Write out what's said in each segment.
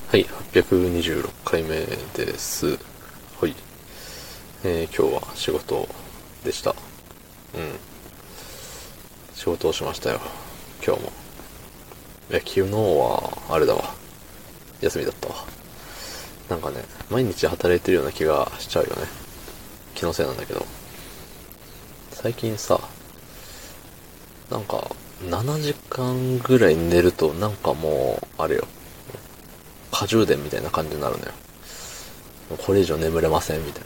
はい、826回目です。はい。今日は仕事でした。仕事をしましたよ。今日も。昨日は、あれだわ。休みだったわ。なんかね、毎日働いてるような気がしちゃうよね。気のせいなんだけど。最近さ、なんか、7時間ぐらい寝ると、なんかもう、あれよ。過充電みたいな感じになるのよ。これ以上眠れません、みたい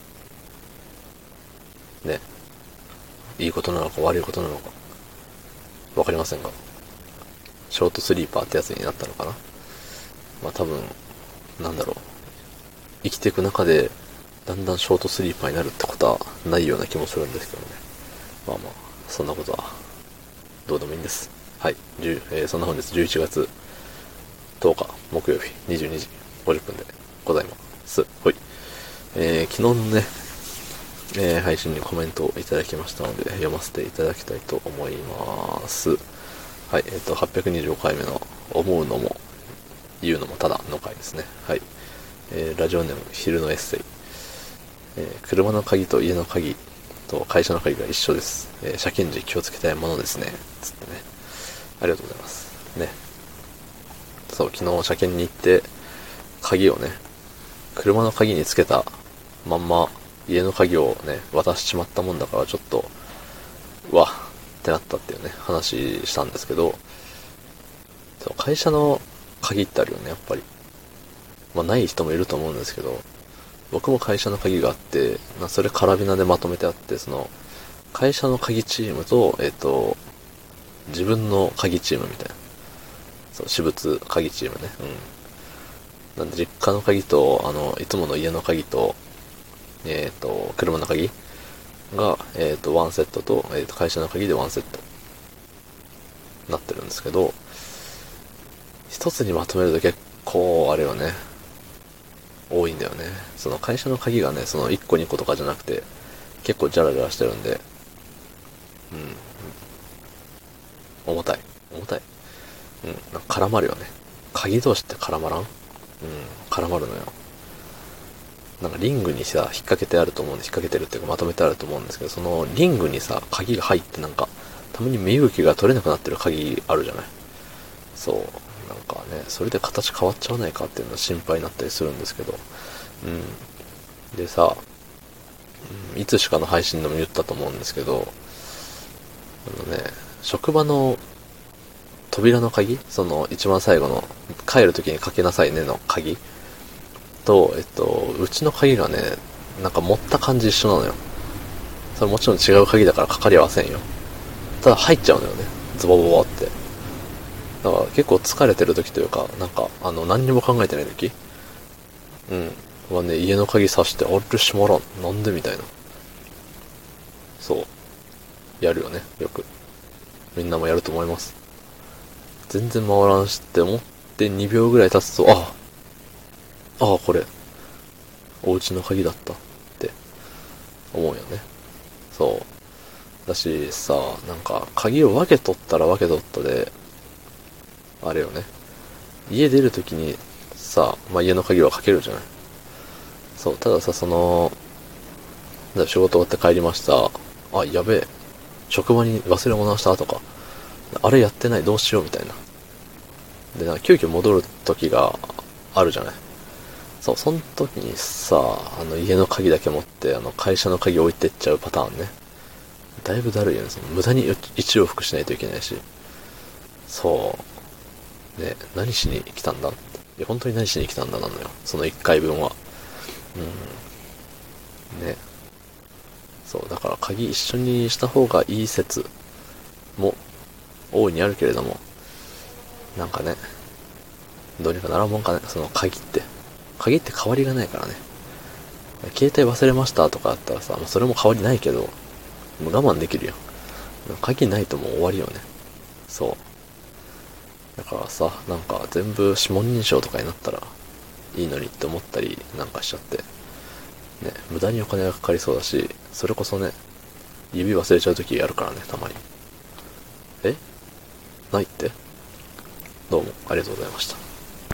な。ね。いいことなのか悪いことなのか。わかりませんが。ショートスリーパーってやつになったのかな。まあ多分、なんだろう。生きていく中で、だんだんショートスリーパーになるってことはないような気もするんですけどね。まあまあ、そんなことは、どうでもいいんです。はい。そんな本日11月10日、木曜日、22時50分でございます。はい。昨日のね、配信にコメントをいただきましたので、読ませていただきたいと思います。はい。825回目の、思うのも、言うのもただの回ですね。はい。ラジオネーム、昼のエッセイ。車の鍵と家の鍵と会社の鍵が一緒です。車検時気をつけたいものですね。つってね。ありがとうございます。ね。そう、昨日車検に行って、鍵をね、車の鍵につけたまんま、家の鍵をね、渡しちまったもんだから、ちょっと、うわってなったっていうね、話したんですけど、会社の鍵ってあるよね、やっぱり。まあ、ない人もいると思うんですけど、僕も会社の鍵があって、それカラビナでまとめてあって、会社の鍵チームと、自分の鍵チームみたいな。そう、私物鍵チームね。なんで、実家の鍵と、いつもの家の鍵と、車の鍵が、ワンセットと、会社の鍵でワンセット。なってるんですけど、一つにまとめると結構、あれよね、多いんだよね。その会社の鍵がね、その1個2個とかじゃなくて、結構ジャラジャラしてるんで、重たい。重たい。なんか絡まるよね。鍵同士って絡まらん？絡まるのよ。なんかリングにさ、引っ掛けてあると思うんで、引っ掛けてるっていうかまとめてあると思うんですけど、そのリングにさ、鍵が入ってなんか、たまに身動きが取れなくなってる鍵あるじゃない。そう。なんかね、それで形変わっちゃわないかっていうのは心配になったりするんですけど、でさ、いつしかの配信でも言ったと思うんですけど、職場の扉の鍵、その一番最後の帰るときにかけなさいねの鍵と、うちの鍵がね、なんか持った感じ一緒なのよ。それもちろん違う鍵だからかかりはせんよ。ただ入っちゃうのよね。ズボボボって。だから結構疲れてる時というか、なんか、何にも考えてない時はね、家の鍵さして、あれ閉まらん。なんでみたいな。そう。やるよね。よく。みんなもやると思います。全然回らんしって思って2秒ぐらい経つと、これ、お家の鍵だったって思うよね。そう。だしさ、なんか、鍵を分け取ったら分け取ったで、あれよね。家出るときにさ、まあ、家の鍵はかけるじゃない。そう、たださ、仕事終わって帰りました。あ、やべえ。職場に忘れ物したとか、あれやってないどうしようみたいな。で、なんか急遽戻る時があるじゃない。そう、その時にさ、家の鍵だけ持って、会社の鍵置いてっちゃうパターンね。だいぶだるいよね。無駄に一往復しないといけないし。そう。ね、何しに来たんだって。いや、本当に何しに来たんだなのよ。その1回分は。ね。そう、だから鍵一緒にした方がいい説も大いにあるけれども、なんかね、どうにかならんもんかね、その鍵って。鍵って変わりがないからね。携帯忘れましたとかだったらさ、それも変わりないけど、もう我慢できるよ。鍵ないともう終わりよね。そう。だからさ、なんか全部指紋認証とかになったらいいのにって思ったりなんかしちゃって。ね、無駄にお金がかかりそうだし、それこそね、指忘れちゃう時あるからね、たまに。えないってどうもありがとうございました。